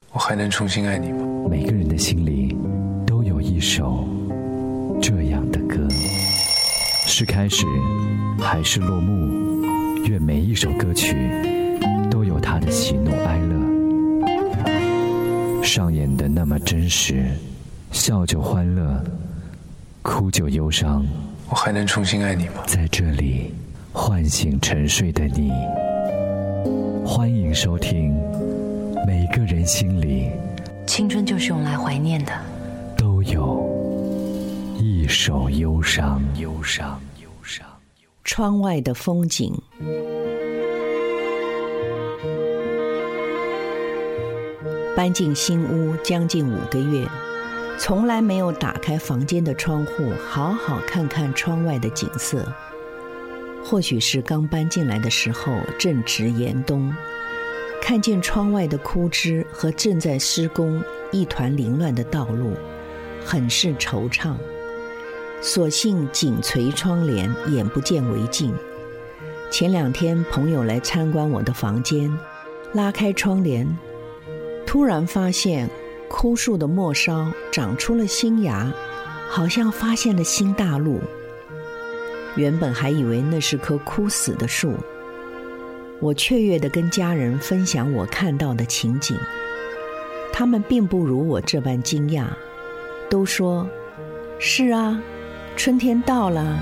我还能重新爱你吗？ 每个人的心里都有一首这样的歌，是开始还是落幕，愿每一首歌曲都有它的喜怒哀乐，上演的那么真实，笑就欢乐，哭就忧伤。 我还能重新爱你吗？ 在这里唤醒沉睡的你。欢迎收听每个人心里青春就是用来怀念的， 都有一首忧伤。 窗外的风景。搬进新屋将近5个月，从来没有打开房间的窗户好好看看窗外的景色。或许是刚搬进来的时候正值严冬，看见窗外的枯枝和正在施工一团凌乱的道路，很是惆怅。索性紧垂窗帘，眼不见为净。前2天朋友来参观我的房间，拉开窗帘，突然发现枯树的末梢长出了新芽，好像发现了新大陆。原本还以为那是棵枯死的树，我雀跃地跟家人分享我看到的情景，他们并不如我这般惊讶，都说：是啊，春天到了。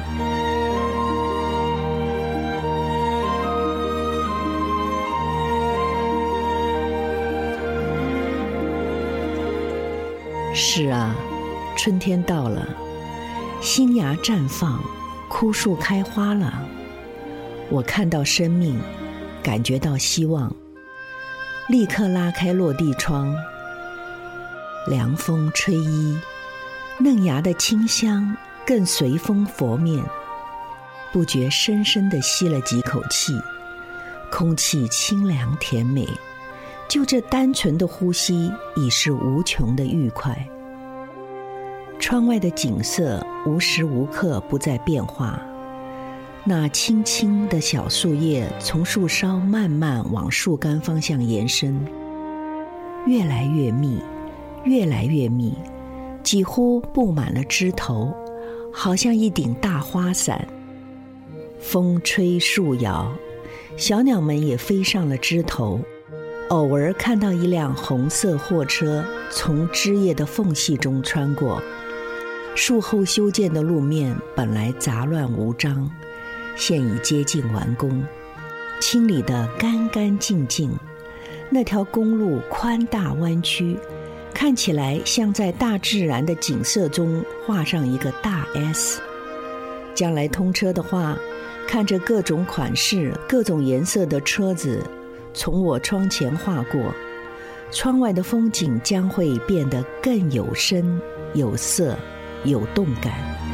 是啊，春天到了，新芽绽放，枯树开花了。我看到生命，感觉到希望，立刻拉开落地窗，凉风吹衣，嫩芽的清香更随风拂面，不觉深深地吸了几口气，空气清凉甜美，就这单纯的呼吸已是无穷的愉快。窗外的景色无时无刻不在变化，那青青的小树叶从树梢慢慢往树干方向延伸，越来越密，越来越密，几乎布满了枝头，好像一顶大花伞。风吹树摇，小鸟们也飞上了枝头，偶尔看到一辆红色货车从枝叶的缝隙中穿过。树后修建的路面本来杂乱无章，现已接近完工，清理得干干净净。那条公路宽大弯曲，看起来像在大自然的景色中画上一个大 S。 将来通车的话，看着各种款式各种颜色的车子从我窗前划过，窗外的风景将会变得更有声有色有动感。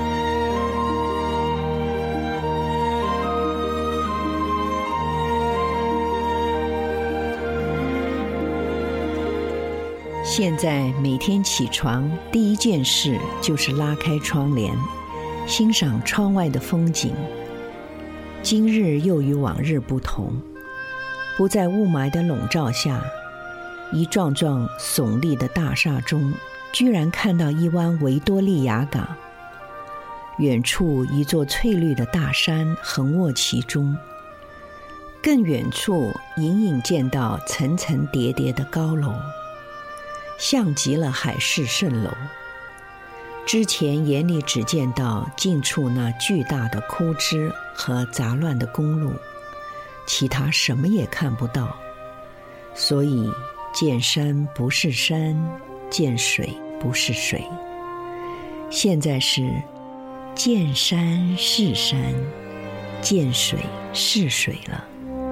现在每天起床第一件事就是拉开窗帘，欣赏窗外的风景。今日又与往日不同，不在雾霾的笼罩下，一幢幢耸立的大厦中居然看到一湾维多利亚港，远处一座翠绿的大山横卧其中，更远处隐隐见到层层叠叠的高楼，像极了海市蜃楼。之前眼里只见到近处那巨大的枯枝和杂乱的公路，其他什么也看不到。所以见山不是山，见水不是水，现在是见山是山，见水是水了。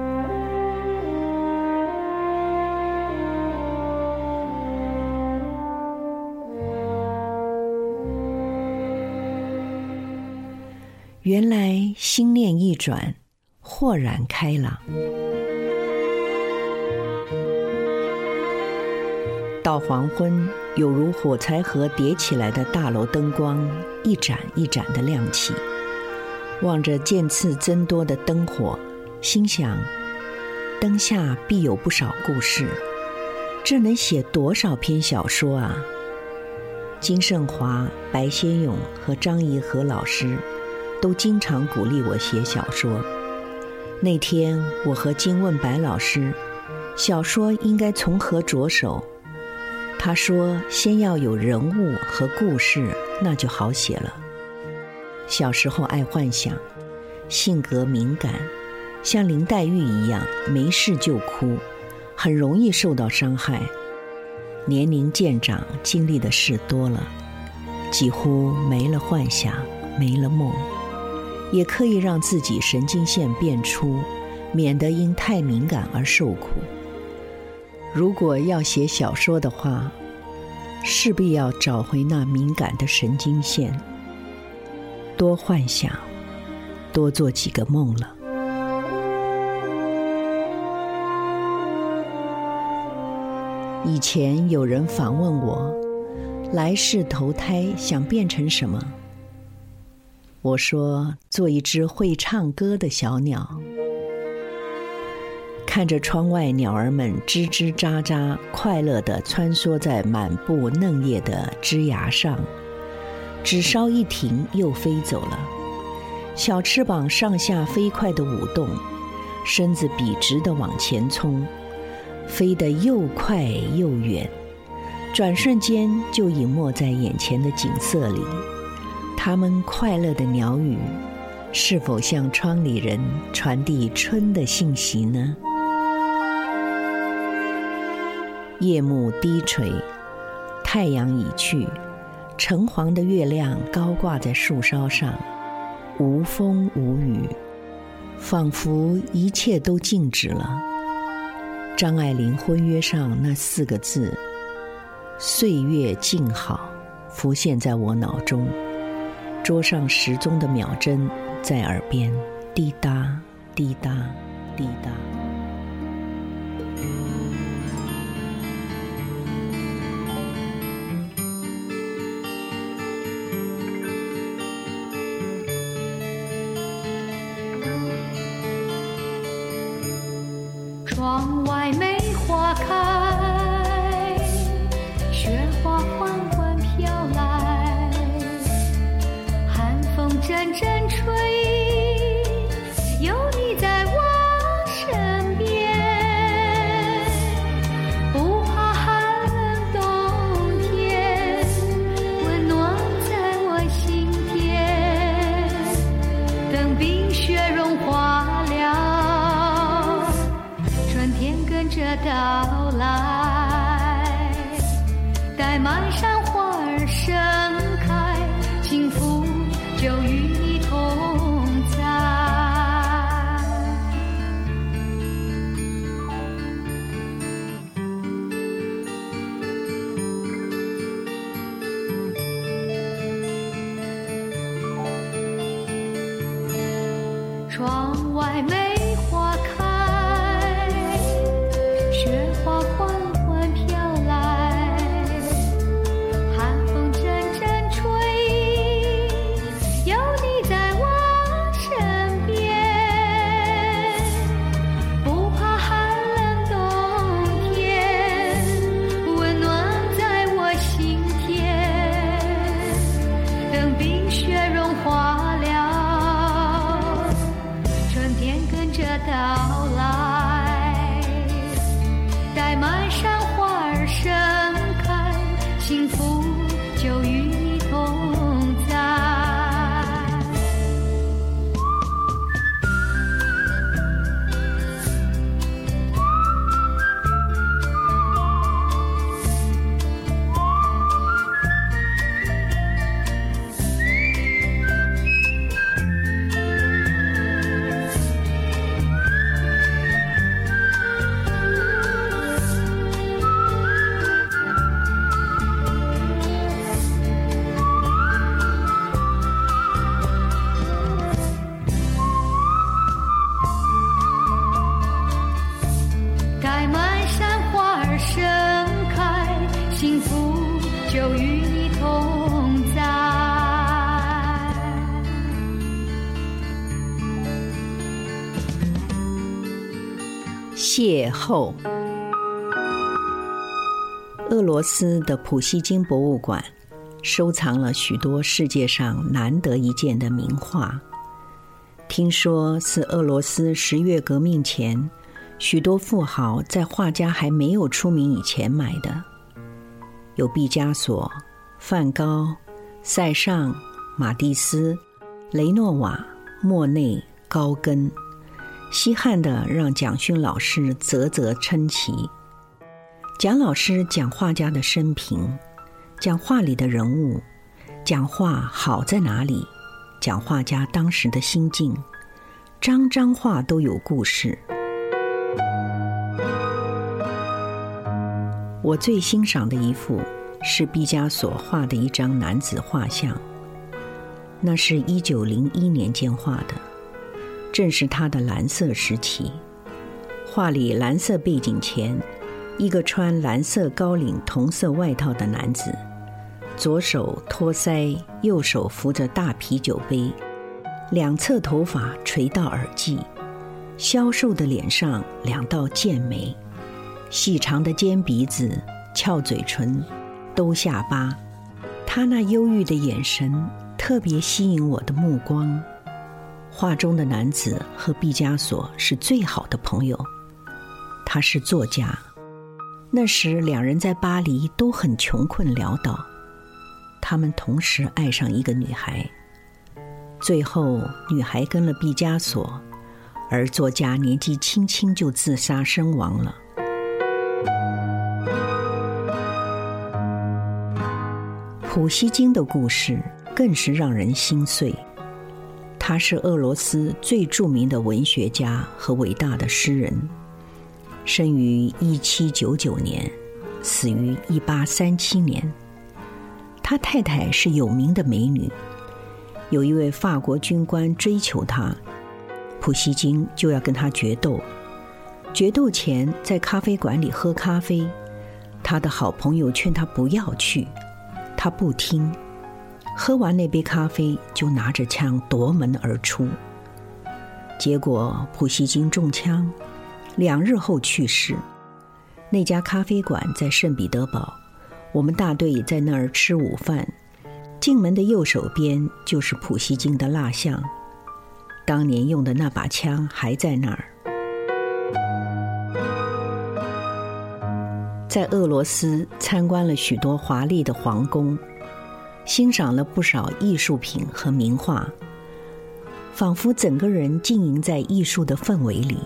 原来心念一转，豁然开朗。到黄昏，有如火柴盒叠起来的大楼灯光一盏一盏的亮起，望着渐次增多的灯火，心想灯下必有不少故事， 这能写多少篇小说啊？金圣华、白先勇和张颐和老师都经常鼓励我写小说。那天我和金问白老师，小说应该从何着手？他说，先要有人物和故事，那就好写了。小时候爱幻想，性格敏感，像林黛玉一样，没事就哭，很容易受到伤害。年龄渐长，经历的事多了，几乎没了幻想，没了梦，也可以让自己神经线变粗，免得因太敏感而受苦。如果要写小说的话，势必要找回那敏感的神经线，多幻想，多做几个梦了。以前有人访问我，来世投胎想变成什么？我说，做一只会唱歌的小鸟。看着窗外鸟儿们吱吱喳喳，快乐地穿梭在满布嫩叶的枝芽上，只稍一停又飞走了，小翅膀上下飞快地舞动，身子笔直地往前冲，飞得又快又远，转瞬间就隐没在眼前的景色里。它们快乐的鸟语，是否向窗里人传递春的信息呢？夜幕低垂，太阳已去，橙黄的月亮高挂在树梢上，无风无雨，仿佛一切都静止了。张爱玲婚约上那4个字“岁月静好”浮现在我脑中，桌上时钟的秒针在耳边滴答滴答滴答。 窗外梅花开，雪花缓缓飘来，寒风阵阵吹，有你在我身边，不怕寒冷冬天，温暖在我心田，等冰雪融化了，春天跟着到来，待满山花儿盛开，幸福就与你同在。窗外梅花开，雪花缓缓飘来，寒风阵阵吹，有你在我身边，不怕寒冷冬天，温暖在我心田，等冰雪融化了，春天跟着到来，待满山花儿盛开，幸福就与你同在。待满山花儿盛开，幸福就与你同在。 邂逅。 俄罗斯的普希金博物馆收藏了许多世界上难得一见的名画，听说是俄罗斯10月革命前许多富豪在画家还没有出名以前买的，有毕加索、梵高、塞尚、马蒂斯、雷诺瓦、莫内、高更，稀罕的让蒋勋老师啧啧称奇。蒋老师讲画家的生平，讲画里的人物，讲画好在哪里，讲画家当时的心境，张张画都有故事。我最欣赏的一幅是毕加索画的一张男子画像，那是1901年间画的，正是他的蓝色时期。画里蓝色背景前，一个穿蓝色高领同色外套的男子，左手托腮，右手扶着大啤酒杯，两侧头发垂到耳际，消瘦的脸上2道剑眉，细长的尖鼻子，翘嘴唇，兜下巴。他那忧郁的眼神特别吸引我的目光。画中的男子和毕加索是最好的朋友，他是作家。那时两人在巴黎都很穷困潦倒，他们同时爱上一个女孩，最后女孩跟了毕加索，而作家年纪轻轻就自杀身亡了。普希金的故事更是让人心碎。他是俄罗斯最著名的文学家和伟大的诗人，生于1799年，死于1837年。他太太是有名的美女，有一位法国军官追求他，普希金就要跟他决斗。决斗前在咖啡馆里喝咖啡，他的好朋友劝他不要去，他不听，喝完那杯咖啡就拿着枪夺门而出。结果普希金中枪，2日后去世。那家咖啡馆在圣彼得堡，我们大队在那儿吃午饭，进门的右手边就是普希金的蜡像，当年用的那把枪还在那儿。在俄罗斯参观了许多华丽的皇宫，欣赏了不少艺术品和名画，仿佛整个人浸淫在艺术的氛围里。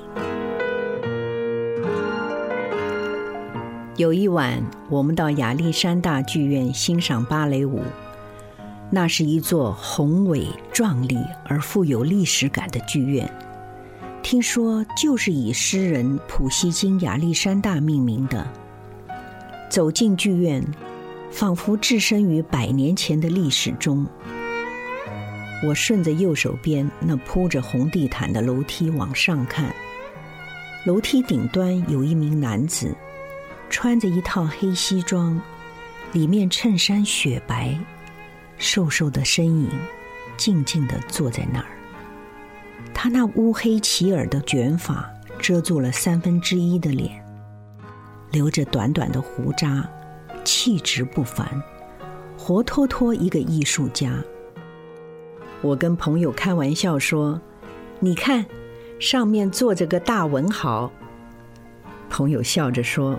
有一晚，我们到亚历山大剧院欣赏芭蕾舞，那是一座宏伟壮丽而富有历史感的剧院，听说就是以诗人普希金亚历山大命名的。走进剧院，仿佛置身于100年前的历史中。我顺着右手边那铺着红地毯的楼梯往上看，楼梯顶端有一名男子，穿着一套黑西装，里面衬衫雪白，瘦瘦的身影静静地坐在那儿。他那乌黑齐耳的卷发遮住了1/3的脸，留着短短的胡渣，气质不凡，活脱脱一个艺术家。我跟朋友开玩笑说，你看，上面坐着个大文豪。朋友笑着说，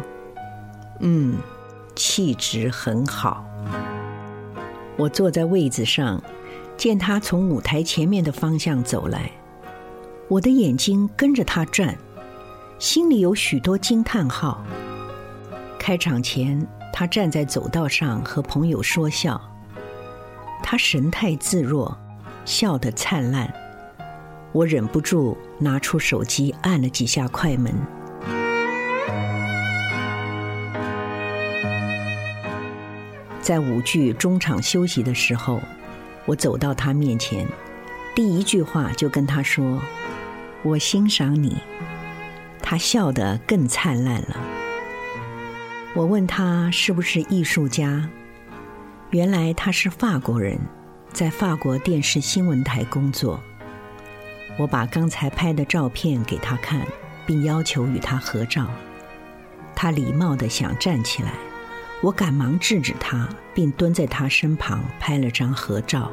气质很好。我坐在位子上，见他从舞台前面的方向走来，我的眼睛跟着他转，心里有许多惊叹号。开场前，他站在走道上和朋友说笑，他神态自若，笑得灿烂。我忍不住拿出手机按了几下快门。在舞剧中场休息的时候，我走到他面前，第一句话就跟他说，我欣赏你。他笑得更灿烂了。我问他是不是艺术家，原来他是法国人，在法国电视新闻台工作。我把刚才拍的照片给他看，并要求与他合照。他礼貌地想站起来， 我赶忙制止他，并蹲在他身旁拍了张合照。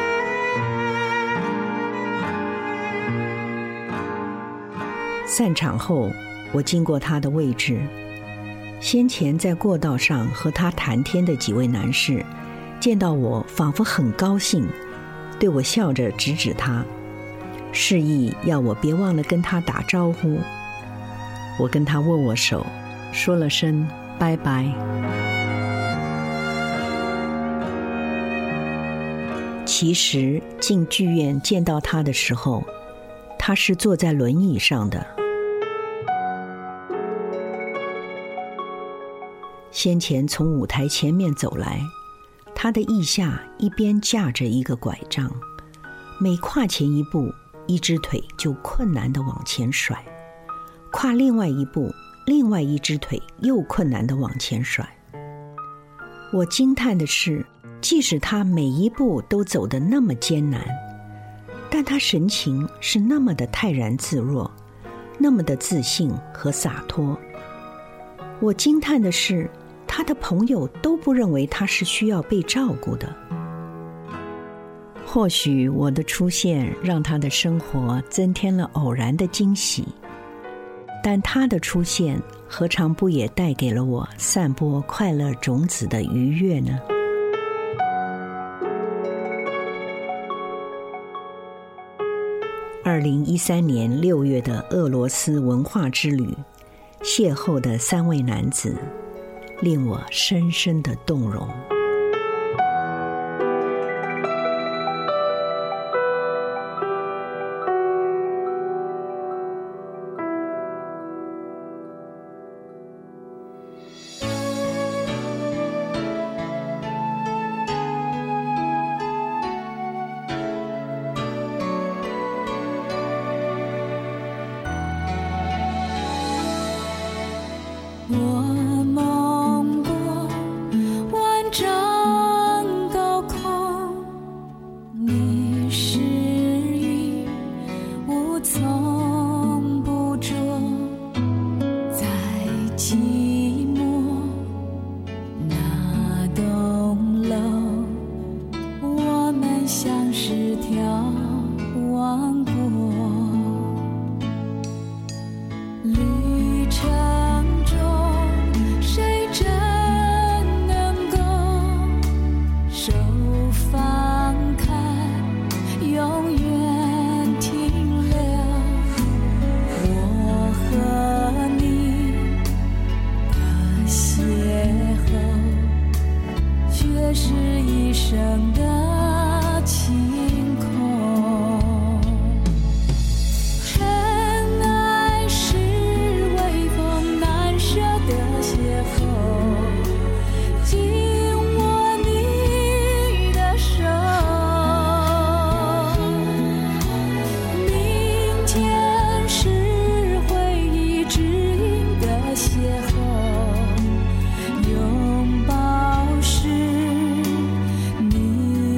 散场后，我经过他的位置，先前在过道上和他谈天的几位男士见到我，仿佛很高兴，对我笑着指指他，示意要我别忘了跟他打招呼。我跟他握握手，说了声拜拜。其实进剧院见到他的时候，他是坐在轮椅上的。先前从舞台前面走来，他的腋下一边架着一个拐杖，每跨前一步，一只腿就困难地往前甩，跨另外一步，另外一只腿又困难地往前甩。我惊叹的是，即使他每一步都走得那么艰难，但他神情是那么的泰然自若，那么的自信和洒脱。我惊叹的是，他的朋友都不认为他是需要被照顾的。或许我的出现让他的生活增添了偶然的惊喜，但他的出现何尝不也带给了我散播快乐种子的愉悦呢？2013年6月的俄罗斯文化之旅，邂逅的3位男子，令我深深的动容。 我梦过万丈高空，你是雨，无从捕捉，在寂寞那栋楼，我们像是眺望过旅程。是一生的晴空，尘埃是微风难舍的邂逅，紧握你的手，明天是回忆指引的邂逅。拥抱是你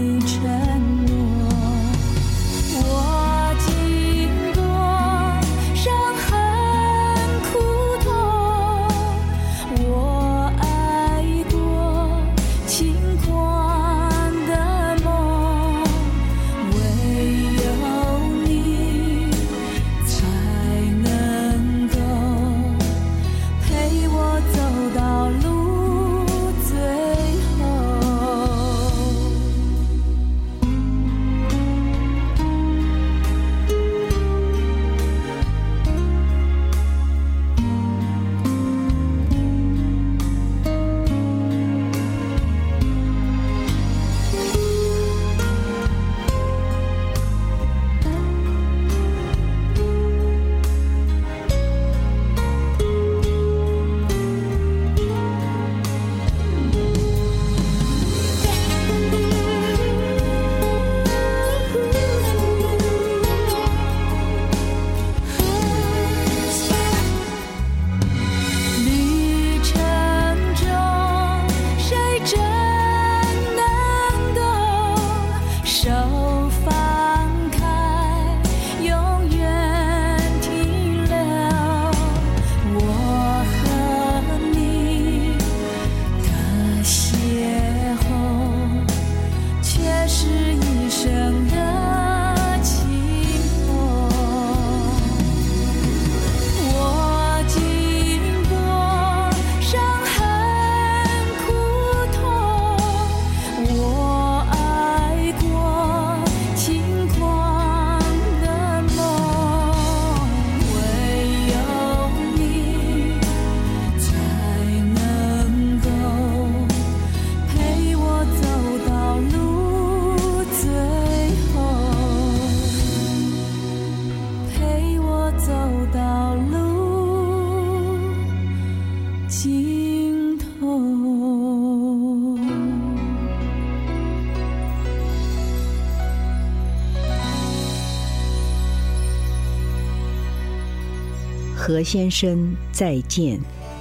何先生再见。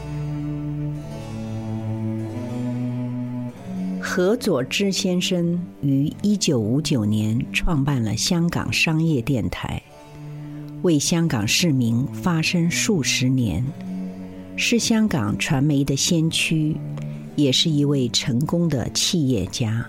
何佐芝先生于1959年创办了香港商业电台，为香港市民发声数十年，是香港传媒的先驱，也是一位成功的企业家。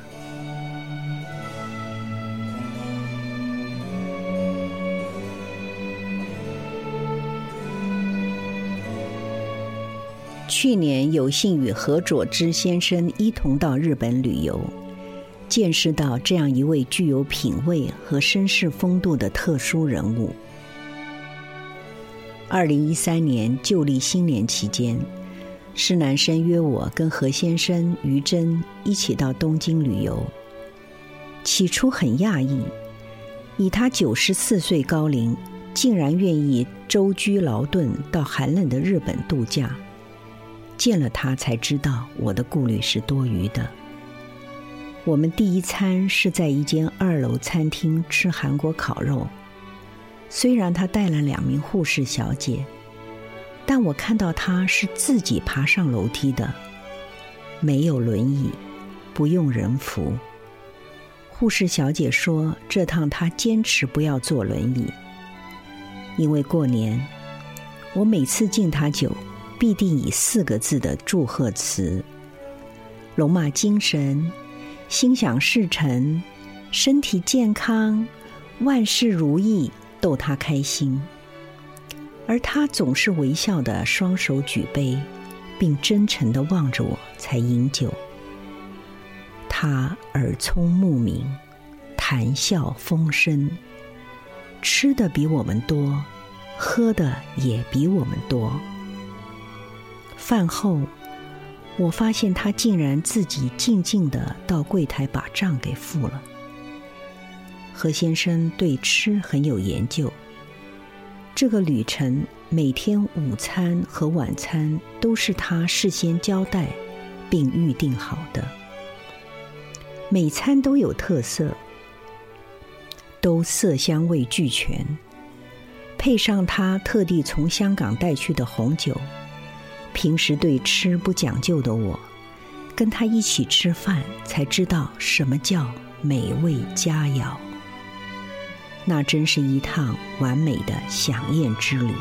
去年有幸与何佐芝先生一同到日本旅游，见识到这样一位具有品味和绅士风度的特殊人物。2013年旧历新年期间，施南生约我跟何先生、于珍一起到东京旅游。起初很讶异，以他94岁高龄，竟然愿意舟车劳顿到寒冷的日本度假。见了他才知道我的顾虑是多余的。我们第一餐是在一间2楼餐厅吃韩国烤肉，虽然他带了2名护士小姐，但我看到他是自己爬上楼梯的，没有轮椅，不用人扶。护士小姐说这趟她坚持不要坐轮椅，因为过年我每次敬他酒必定以4个字的祝贺词：龙马精神，心想事成，身体健康，万事如意，逗他开心。而他总是微笑的双手举杯，并真诚地望着我才饮酒。他耳聪目明，谈笑风生，吃的比我们多，喝的也比我们多。饭后，我发现他竟然自己静静地到柜台把账给付了。何先生对吃很有研究，这个旅程每天午餐和晚餐都是他事先交代并预定好的，每餐都有特色，都色香味俱全，配上他特地从香港带去的红酒。平时对吃不讲究的我，跟他一起吃饭才知道什么叫美味佳肴。那真是一趟完美的飨宴之旅。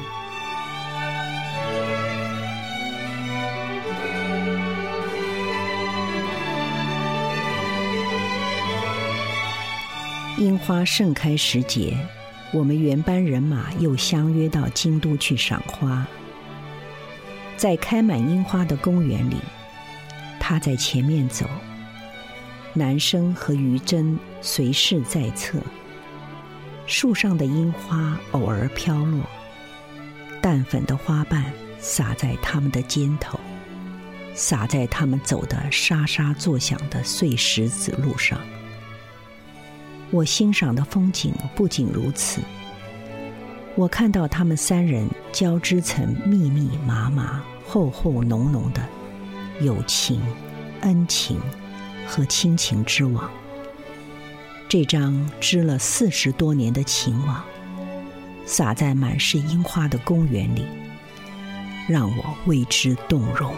樱花盛开时节，我们原班人马又相约到京都去赏花。在开满樱花的公园里，他在前面走，南生和于珍随侍在侧。树上的樱花偶尔飘落，淡粉的花瓣洒在他们的肩头，洒在他们走的沙沙作响的碎石子路上。我欣赏的风景不仅如此，我看到他们3人交织层密密麻麻、厚厚浓浓的友情、恩情和亲情之网。这张织了40多年的情网，洒在满是樱花的公园里，让我为之动容。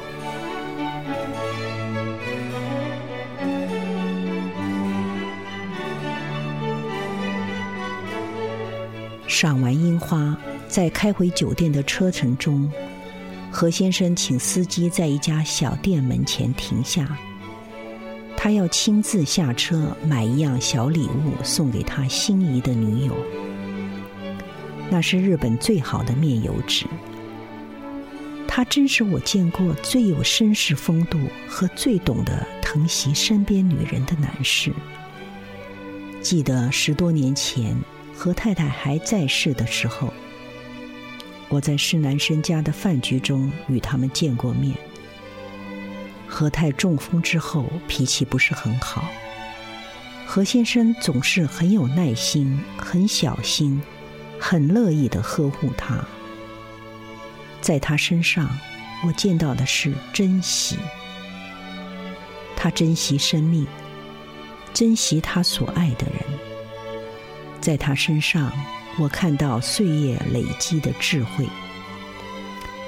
赏完樱花，在开回酒店的车程中，何先生请司机在一家小店门前停下，他要亲自下车买一样小礼物送给他心仪的女友。那是日本最好的面油纸，他真是我见过最有绅士风度和最懂得疼惜身边女人的男士。记得10多年前何太太还在世的时候，我在施南生家的饭局中与他们见过面。何太中风之后脾气不是很好，何先生总是很有耐心，很小心，很乐意地呵护他。在他身上，我见到的是珍惜。他珍惜生命，珍惜他所爱的人。在他身上，我看到岁月累积的智慧。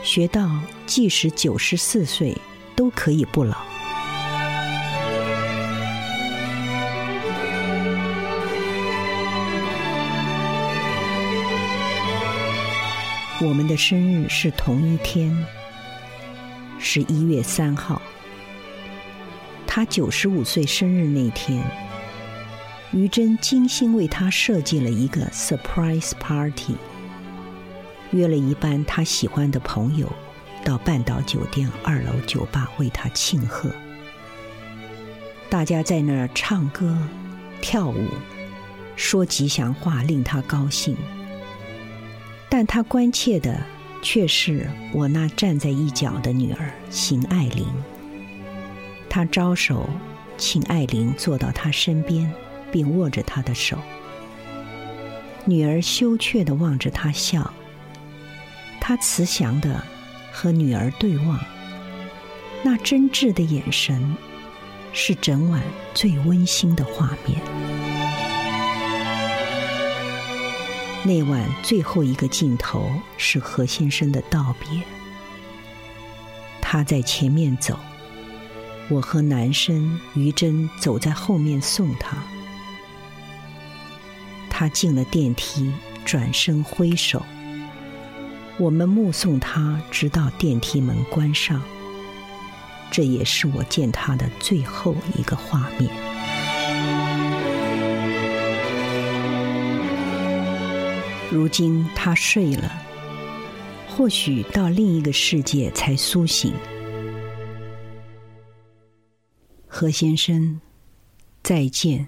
学到即使94岁都可以不老。我们的生日是同一天，11月3号。他95岁生日那天，于真精心为他设计了一个 surprise party， 约了一班他喜欢的朋友到半岛酒店2楼酒吧为他庆贺。大家在那儿唱歌、跳舞，说吉祥话，令他高兴。但他关切的却是我那站在一角的女儿邢爱玲。他招手请爱玲坐到他身边，并握着他的手。女儿羞怯地望着他笑，他慈祥地和女儿对望，那真挚的眼神是整晚最温馨的画面。那晚最后一个镜头是何先生的道别，他在前面走，我和男生于真走在后面送他。他进了电梯，转身挥手，我们目送他直到电梯门关上，这也是我见他的最后一个画面。如今他睡了，或许到另一个世界才苏醒。何先生，再见。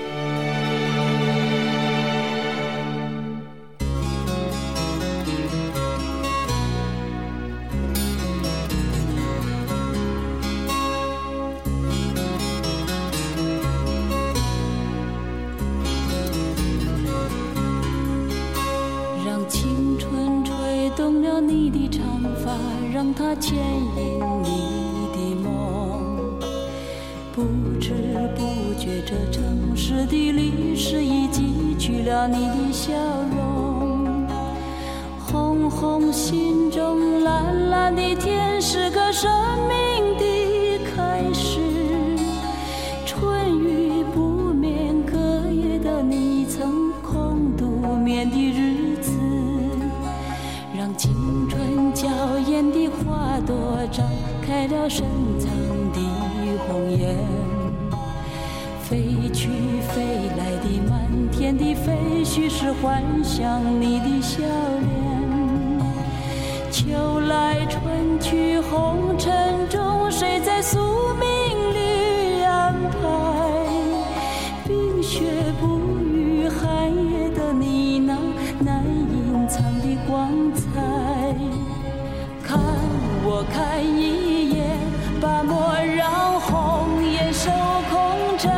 你的长发，让它牵引你的梦。不知不觉，这城市的历史已记取了你的笑容。红红心中，蓝蓝的天，是个生命的开始。春雨不眠，隔夜的你曾空独眠的日子，让青春娇艳的花朵绽开了深藏的红颜。飞去飞来的满天的飞絮，是幻想你的笑脸。秋来春去红尘中，谁在宿命里安排？冰雪不语，寒夜的你那难隐藏的光彩。看我看一眼，把莫让红颜守空枕。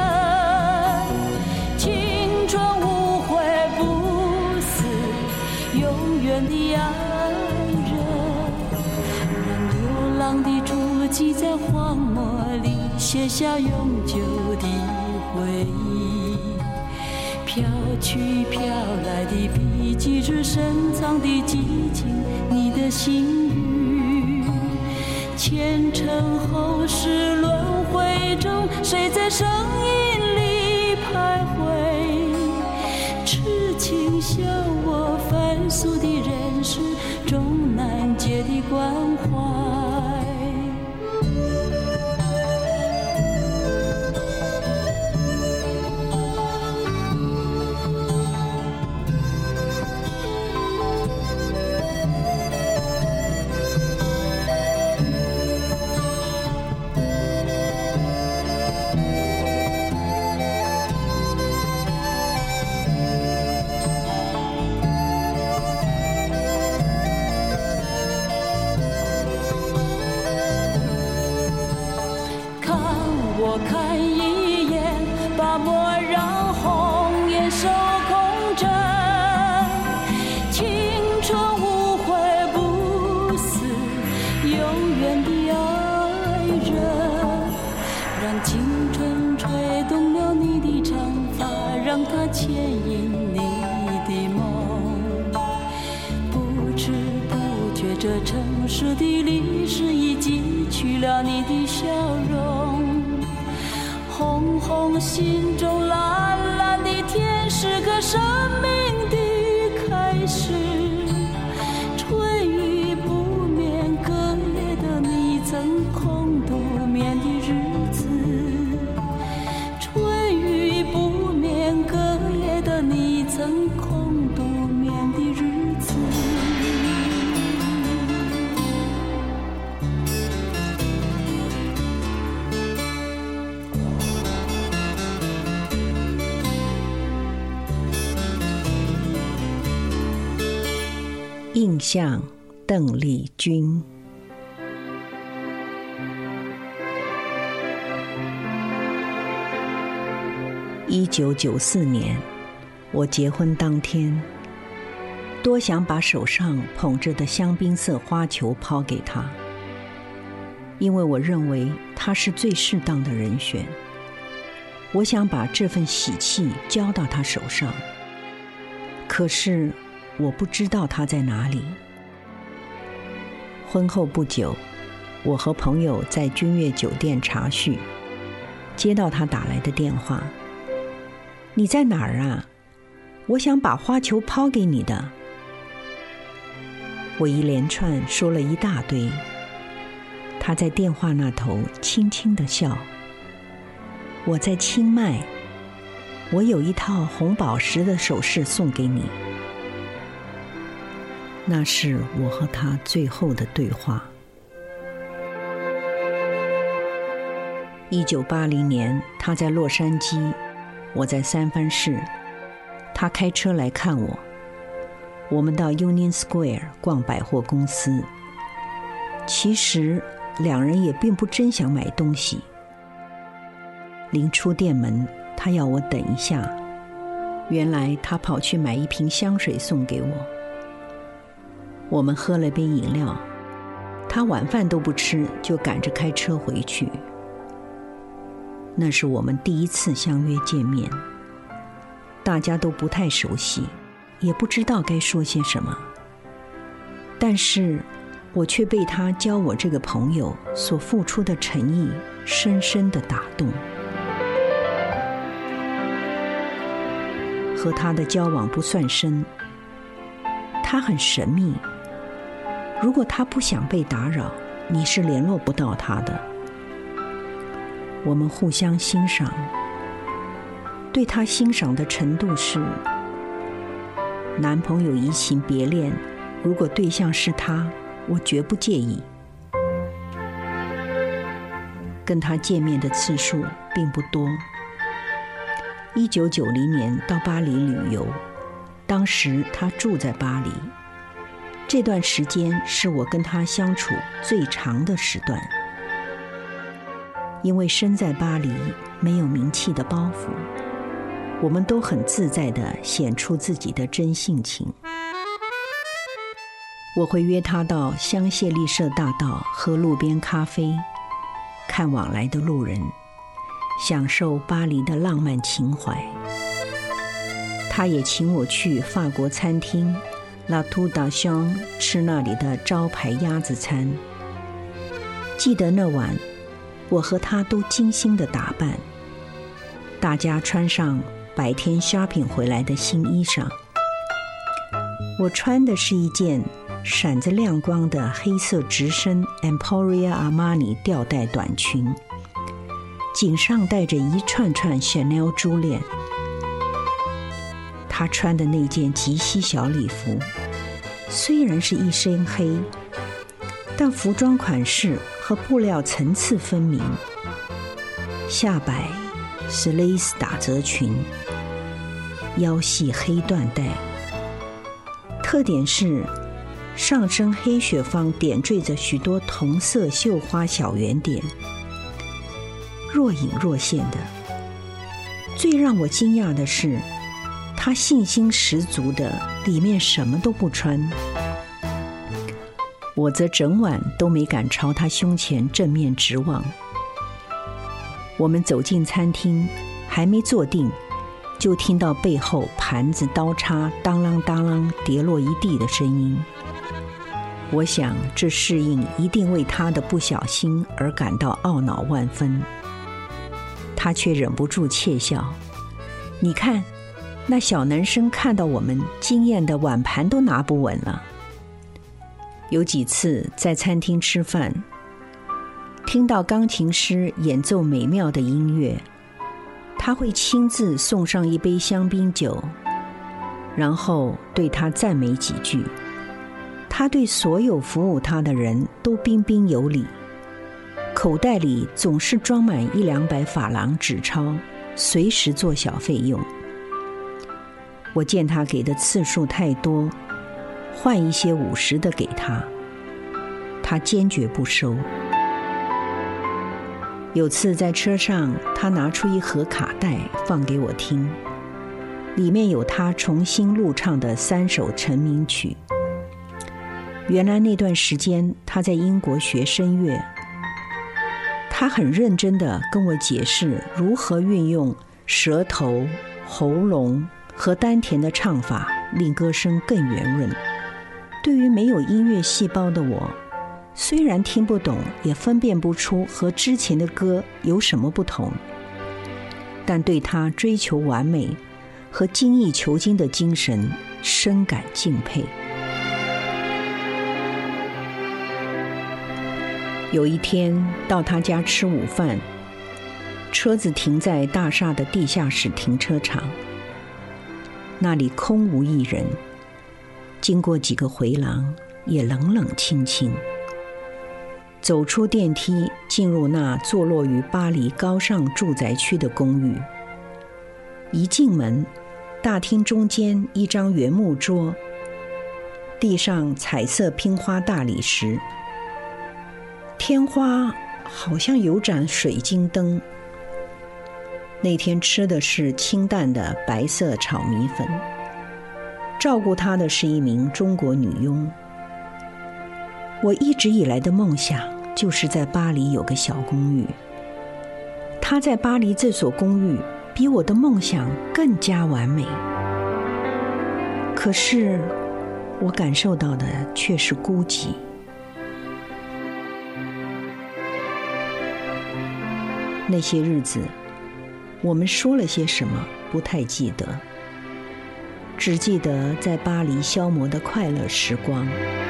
青春无悔不死，永远的爱人。让流浪的足迹在荒漠里写下永久的回忆。飘去飘来的笔迹，是深藏的激情，你的心语。前尘后世轮回中，谁在声音里徘徊？痴情笑我凡俗的人世中难解的关怀。我看一眼，把莫让红颜守空枕。青春无悔不死，永远的爱人。让青春吹动了你的长发，让它牵引你的梦。不知不觉，这城市实的历史已记去了你的笑容。红红心中蓝蓝的天，是个生命的开始。春雨不眠，隔夜的你曾空独眠的日子。春雨不眠，隔夜的你曾空独眠的日子。 印象，邓丽君。1994年，我结婚当天，多想把手上捧着的香槟色花球抛给他，因为我认为他是最适当的人选。我想把这份喜气交到他手上，可是我不知道他在哪里。婚后不久，我和朋友在君悦酒店茶叙，接到他打来的电话：“你在哪儿啊？我想把花球抛给你的。”我一连串说了一大堆，他在电话那头轻轻地笑：“我在清迈，我有一套红宝石的首饰送给你。”那是我和他最后的对话。1980年，他在洛杉矶，我在三藩市。他开车来看我，我们到 Union Square 逛百货公司。其实两人也并不真想买东西。临出店门，他要我等一下，原来他跑去买一瓶香水送给我。我们喝了杯饮料，他晚饭都不吃，就赶着开车回去。那是我们第一次相约见面，大家都不太熟悉，也不知道该说些什么，但是我却被他教我这个朋友所付出的诚意深深地打动。和他的交往不算深，他很神秘，如果他不想被打扰，你是联络不到他的。我们互相欣赏，对他欣赏的程度是，男朋友移情别恋，如果对象是他，我绝不介意。跟他见面的次数并不多。1990年到巴黎旅游，当时他住在巴黎，这段时间是我跟他相处最长的时段。因为身在巴黎，没有名气的包袱，我们都很自在地显出自己的真性情。我会约他到香榭丽舍大道喝路边咖啡，看往来的路人，享受巴黎的浪漫情怀。他也请我去法国餐厅 La Tour d'Argent 吃那里的招牌鸭子餐。记得那晚，我和他都精心的打扮，大家穿上白天 shopping 回来的新衣裳。我穿的是一件闪着亮光的黑色直身 Emporio Armani 吊带短裙，颈上带着一串串 Chanel 珠链。他穿的那件及膝小礼服，虽然是一身黑，但服装款式和布料层次分明。下摆是蕾丝打褶裙，腰系黑缎带，特点是上身黑雪芳点缀着许多同色绣花小圆点，若隐若现的。最让我惊讶的是，他信心十足的里面什么都不穿。我则整晚都没敢朝他胸前正面直望。我们走进餐厅，还没坐定，就听到背后盘子刀叉当啷当啷跌落一地的声音。 我想这适应一定为他的不小心而感到懊恼万分。他却忍不住窃笑，你看，那小男生看到我们惊艳的碗盘都拿不稳了。有几次在餐厅吃饭，听到钢琴师演奏美妙的音乐，他会亲自送上一杯香槟酒，然后对他赞美几句。他对所有服务他的人都彬彬有礼，口袋里总是装满100-200法郎纸钞，随时做小费用。我见他给的次数太多，换一些50的给他，他坚决不收。有次在车上，他拿出一盒卡带放给我听，里面有他重新录唱的3首成名曲。原来那段时间他在英国学声乐，他很认真地跟我解释如何运用舌头、喉咙和丹田的唱法，令歌声更圆润。对于没有音乐细胞的我，虽然听不懂，也分辨不出和之前的歌有什么不同，但对他追求完美和精益求精的精神深感敬佩。有一天到他家吃午饭，车子停在大厦的地下室停车场，那里空无一人，经过几个回廊也冷冷清清。走出电梯，进入那坐落于巴黎高尚住宅区的公寓。一进门，大厅中间一张圆木桌，地上彩色拼花大理石，天花好像有盏水晶灯。那天吃的是清淡的白色炒米粉，照顾他的是一名中国女佣。我一直以来的梦想就是在巴黎有个小公寓，他在巴黎这所公寓比我的梦想更加完美。可是我感受到的却是孤寂。那些日子我们说了些什么不太记得，只记得在巴黎消磨的快乐时光。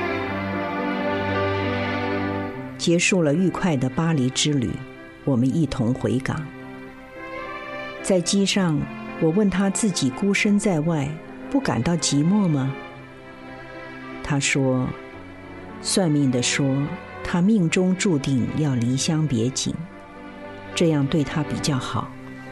结束了愉快的巴黎之旅，我们一同回港。在机上，我问他自己孤身在外，不感到寂寞吗？他说，算命的说他命中注定要离乡别井，这样对他比较好。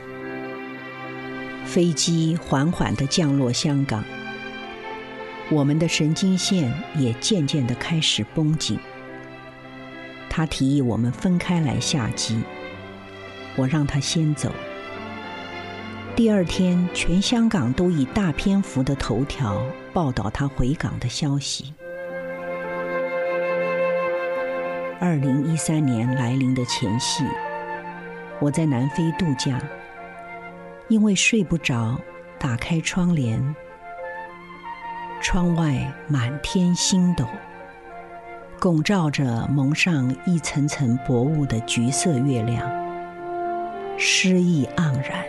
飞机缓缓地降落香港，我们的神经线也渐渐地开始绷紧。他提议我们分开来下机，我让他先走。第二天，全香港都以大篇幅的头条报道他回港的消息。2013年来临的前夕，我在南非度假，因为睡不着，打开窗帘，窗外满天星斗，拱照着蒙上一层层薄雾的橘色月亮，诗意盎然。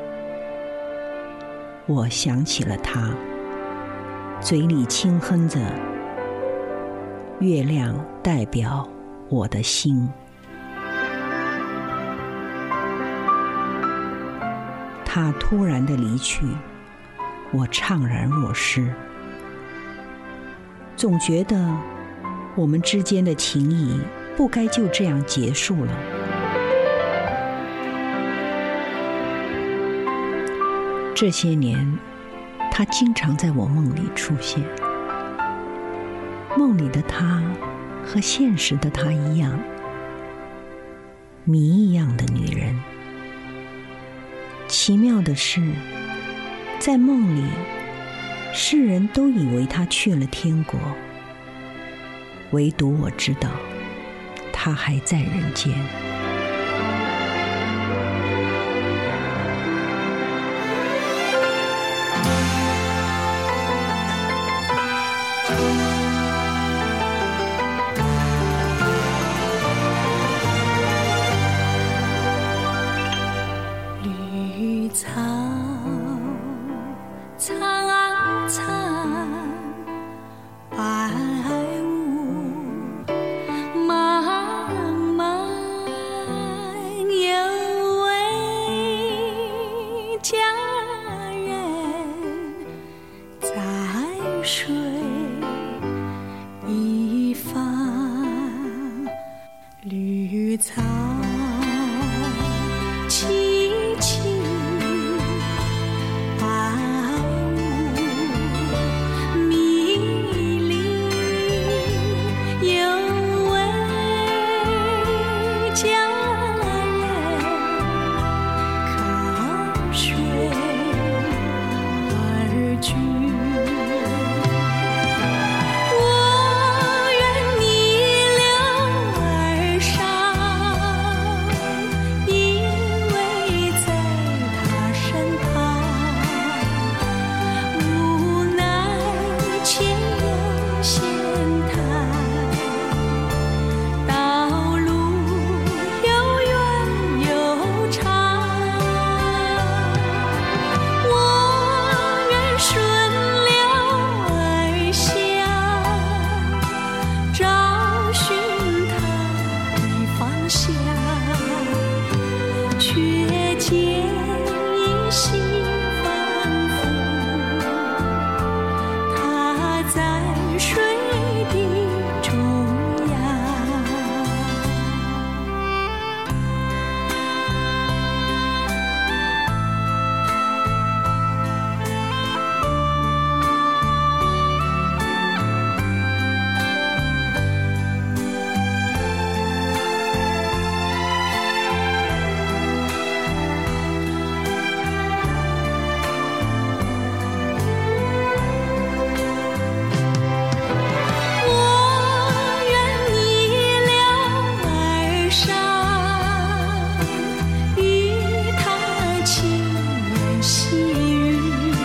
我想起了他，嘴里轻哼着，月亮代表我的心。他突然的离去，我怅然若失，总觉得我们之间的情谊不该就这样结束了。这些年，他经常在我梦里出现。梦里的他和现实的他一样，谜一样的女人。奇妙的是，在梦里，世人都以为他去了天国，唯独我知道，他还在人间。 草苍苍，白雾茫茫，有位佳人在水一方，绿草萋萋，白雾迷离，有位佳人靠水而居。我愿逆流而上，依偎在他身旁，无奈前有险滩，道路又远又长。我愿顺流而下，找寻他的方向，却见依稀仿佛他在水的中央。我愿逆流而上，与他轻言细语，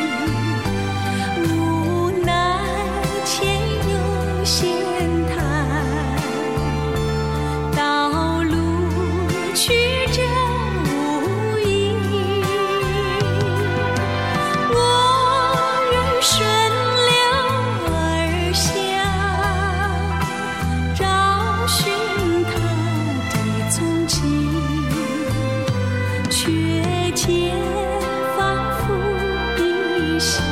无奈前有险滩，道路曲折无依。我愿顺流而下，找寻他的踪迹，却见仿佛依稀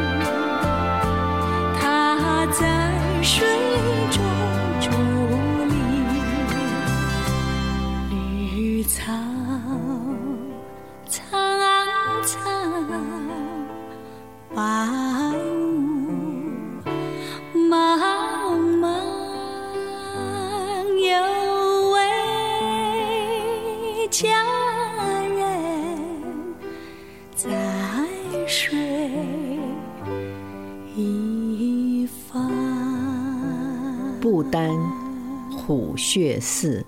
他在水中伫立。绿草苍苍，白雾茫茫，有位佳人在水一方。 不丹虎穴寺。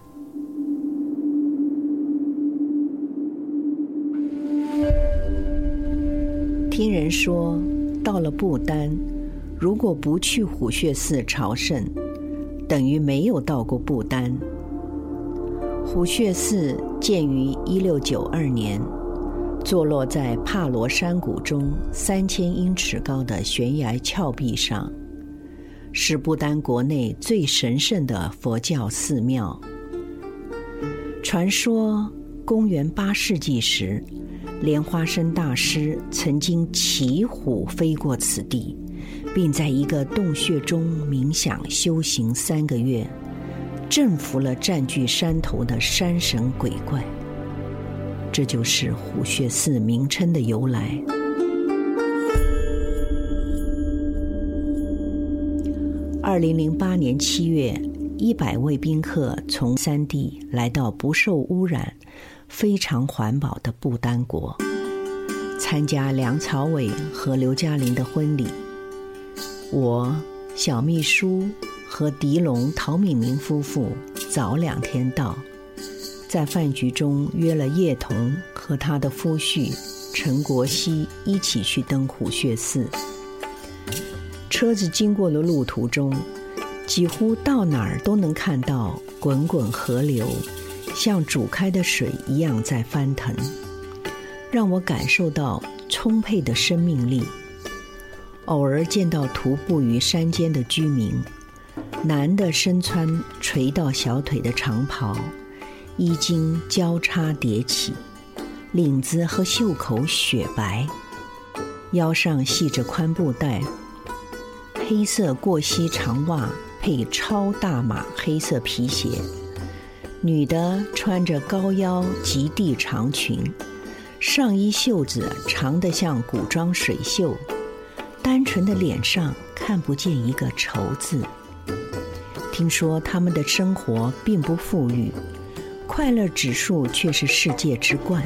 听人说，到了不丹，如果不去虎穴寺朝圣，等于没有到过不丹。虎穴寺建于1692年，坐落在帕罗山谷中3000英尺高的悬崖峭壁上，是不丹国内最神圣的佛教寺庙。传说公元8世纪时，莲花生大师曾经骑虎飞过此地，并在一个洞穴中冥想修行3个月，征服了占据山头的山神鬼怪。这就是虎穴寺名称的由来。2008年7月，100位宾客从3地来到不受污染、非常环保的不丹国，参加梁朝伟和刘嘉玲的婚礼。我、小秘书和狄龙、陶敏明夫妇早2天到，在饭局中约了叶童和他的夫婿陈国熙一起去登虎穴寺。车子经过的路途中，几乎到哪儿都能看到滚滚河流，像煮开的水一样在翻腾。 让我感受到充沛的生命力。偶尔见到徒步于山间的居民，男的身穿垂到小腿的长袍，衣襟交叉叠起，领子和袖口雪白，腰上系着宽布带，黑色过膝长袜配超大码黑色皮鞋。女的穿着高腰及地长裙，上衣袖子长得像古装水袖，单纯的脸上看不见一个愁字。听说他们的生活并不富裕，快乐指数却是世界之冠。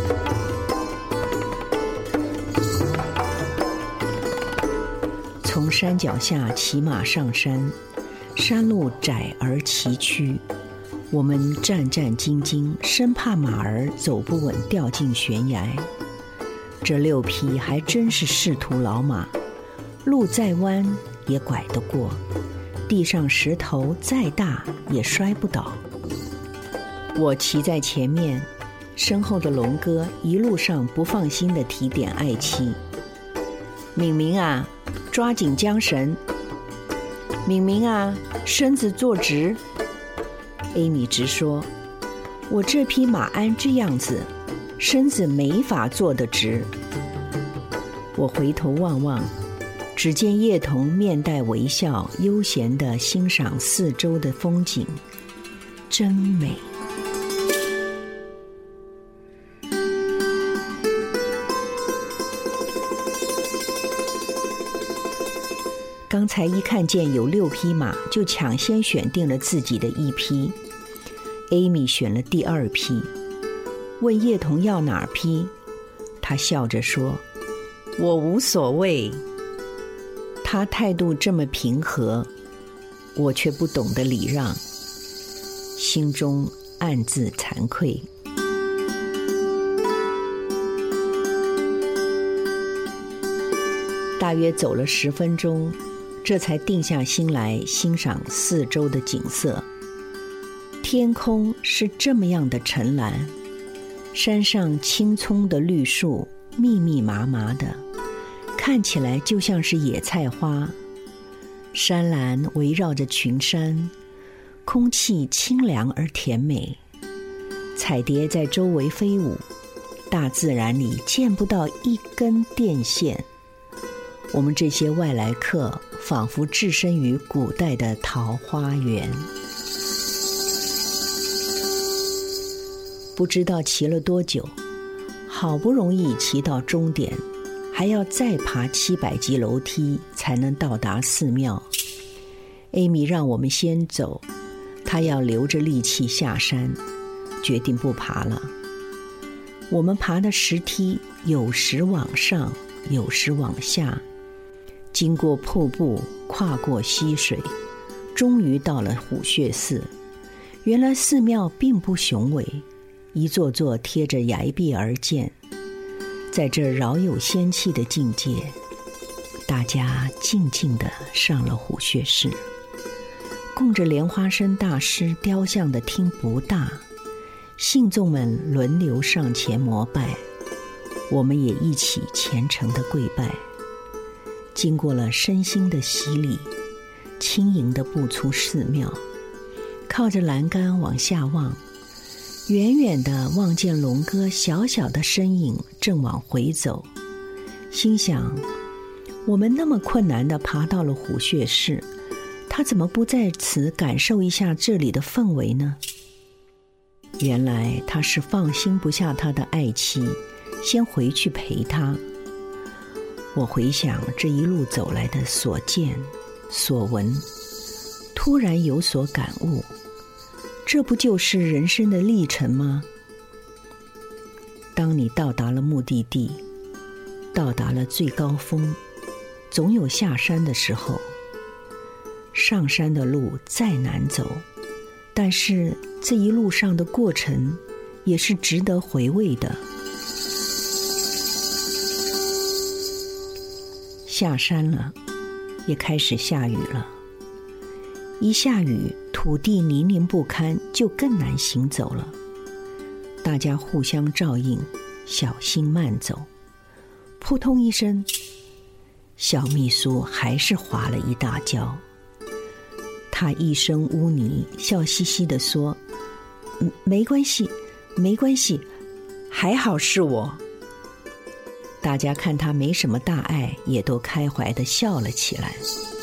从山脚下骑马上山，山路窄而崎岖，我们战战兢兢，生怕马儿走不稳掉进悬崖。这6匹还真是仕途老马，路再弯也拐得过，地上石头再大也摔不倒。我骑在前面，身后的龙哥一路上不放心地提点爱妻：敏明啊，抓紧缰绳；敏明啊，身子坐直。艾米直说：我这匹马鞍这样子，身子没法坐得直。我回头望望，只见叶童面带微笑，悠闲地欣赏四周的风景，真美。刚才一看见有6匹马，就抢先选定了自己的一匹。艾米选了第2匹，问叶童要哪匹，他笑着说：我无所谓。他态度这么平和，我却不懂得礼让，心中暗自惭愧。大约走了10分钟，这才定下心来欣赏四周的景色。天空是这么样的沉蓝，山上青葱的绿树密密麻麻的，看起来就像是野菜花。山岚围绕着群山，空气清凉而甜美。彩蝶在周围飞舞，大自然里见不到一根电线。我们这些外来客仿佛置身于古代的桃花源。不知道骑了多久，好不容易骑到终点，还要再爬700级楼梯才能到达寺庙。艾米让我们先走，她要留着力气下山，决定不爬了。我们爬的石梯有时往上，有时往下，经过瀑布，跨过溪水，终于到了虎穴寺。原来寺庙并不雄伟，一座座贴着崖壁而建。在这饶有仙气的境界，大家静静地上了虎穴寺。供着莲花生大师雕像的厅不大，信众们轮流上前膜拜，我们也一起虔诚地跪拜。经过了身心的洗礼，轻盈地步出寺庙，靠着栏杆往下望，远远地望见龙哥小小的身影正往回走，心想，我们那么困难地爬到了虎穴寺，他怎么不在此感受一下这里的氛围呢？原来他是放心不下他的爱妻，先回去陪他。我回想这一路走来的所见所闻，突然有所感悟，这不就是人生的历程吗？当你到达了目的地，到达了最高峰，总有下山的时候。上山的路再难走，但是这一路上的过程也是值得回味的。下山了，也开始下雨了。一下雨，土地泥泞不堪，就更难行走了。大家互相照应， 小心慢走。扑通一声，小秘书还是滑了一大跤。他一身污泥，笑嘻嘻地说：“没关系，没关系，还好是我。”大家看他没什么大碍，也都开怀地笑了起来。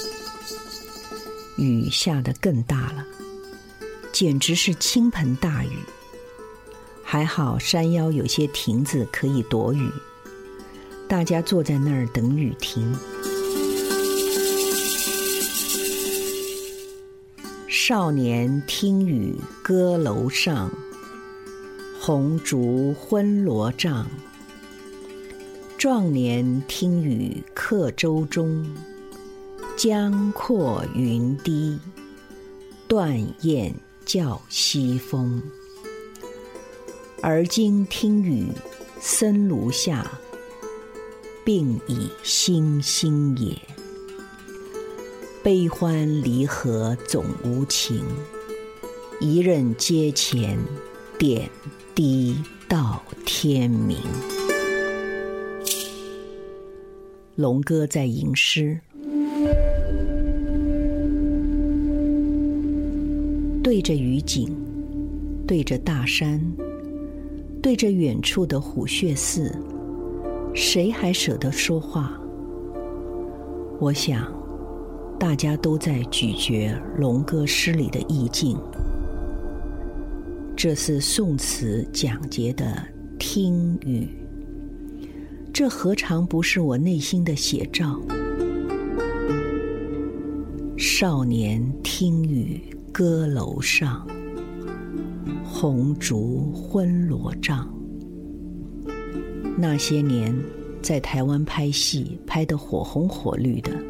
雨下得更大了，简直是倾盆大雨。还好山腰有些亭子可以躲雨，大家坐在那儿等雨停。少年听雨歌楼上，红烛昏罗帐。壮年听雨客舟中，江阔云低，断雁叫西风。而今听雨僧庐下，鬓已星星也。悲欢离合总无情，一任阶前，点滴到天明。龙哥在吟诗，对着雨景，对着大山，对着远处的虎穴寺，谁还舍得说话？我想大家都在咀嚼龙哥诗里的意境。这是宋词讲节的听雨，这何尝不是我内心的写照？少年听雨歌楼上，红烛昏罗帐。那些年在台湾拍戏，拍得火红火绿的。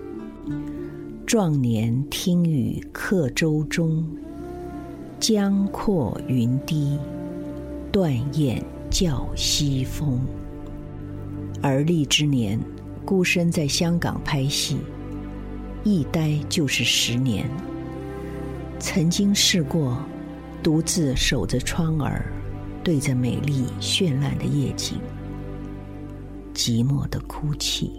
壮年听雨客舟中，江阔云低，断雁叫西风。而立之年，孤身在香港拍戏，一待就是10年。曾经试过独自守着窗儿，对着美丽绚烂的夜景，寂寞的哭泣。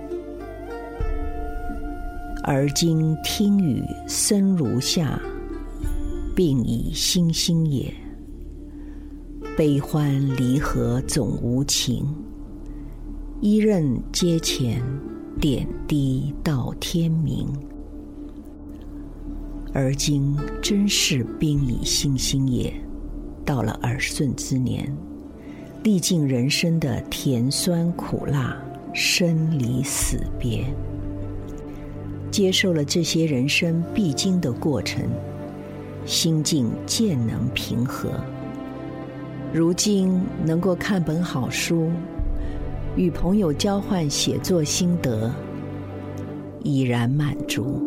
而今听雨僧庐下，鬓已星星也。悲欢离合总无情，一任阶前，点滴到天明。而今真是鬓已星星也，到了耳顺之年，历尽人生的甜酸苦辣，生离死别，接受了这些人生必经的过程，心境渐能平和。如今能够看本好书，与朋友交换写作心得，已然满足。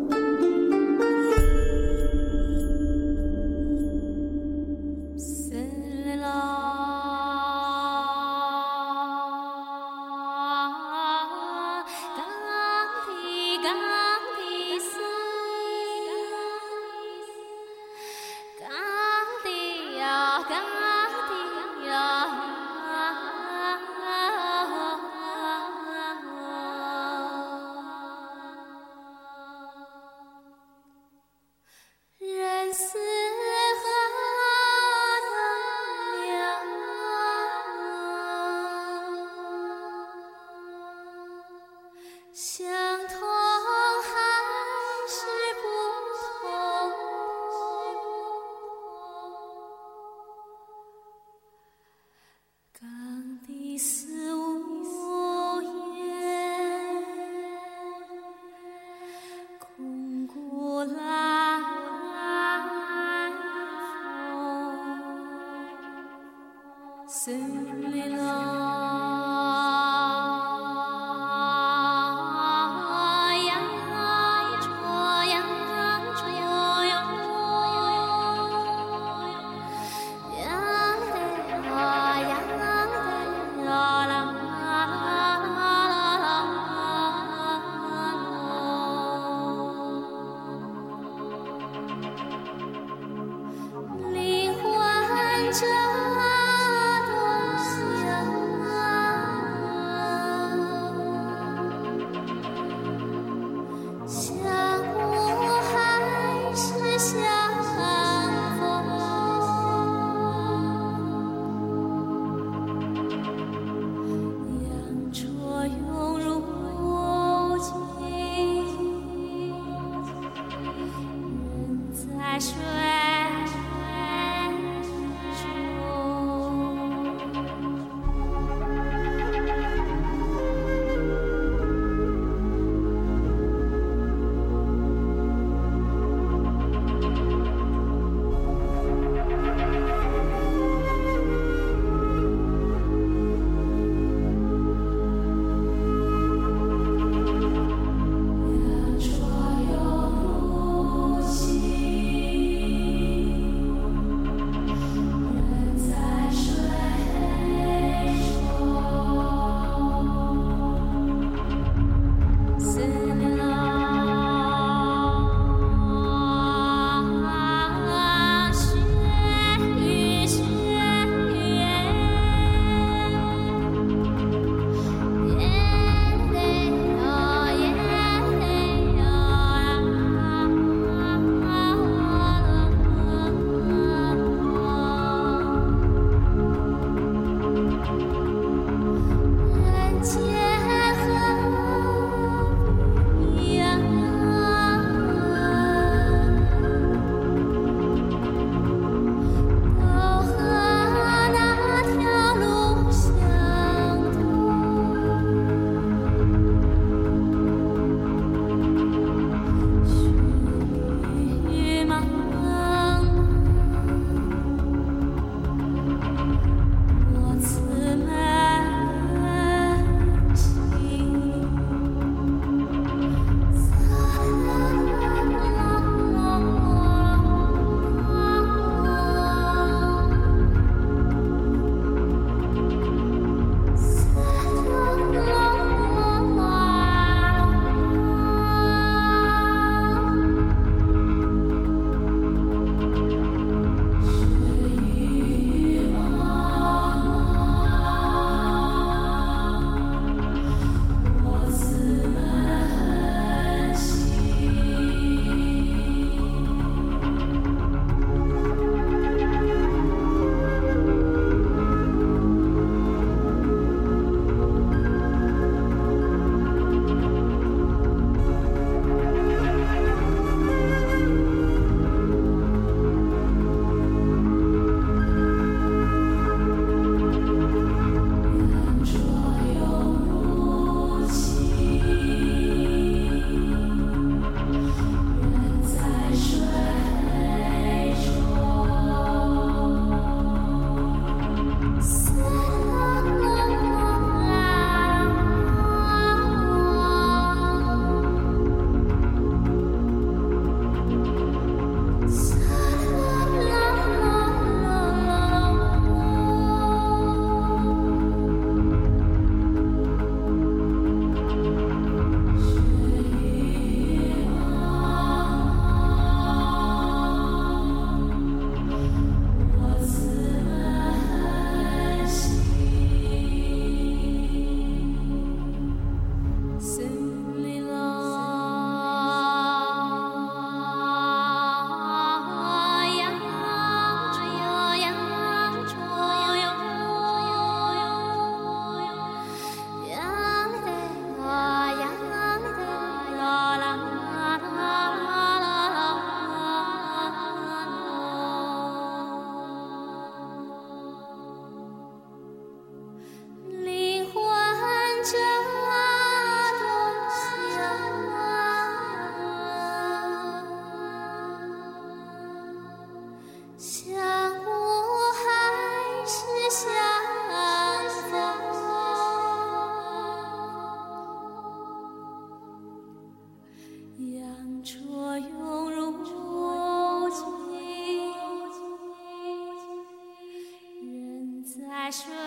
相同还是不同，刚的似无言，空谷来风，随浪。这东乡。 在水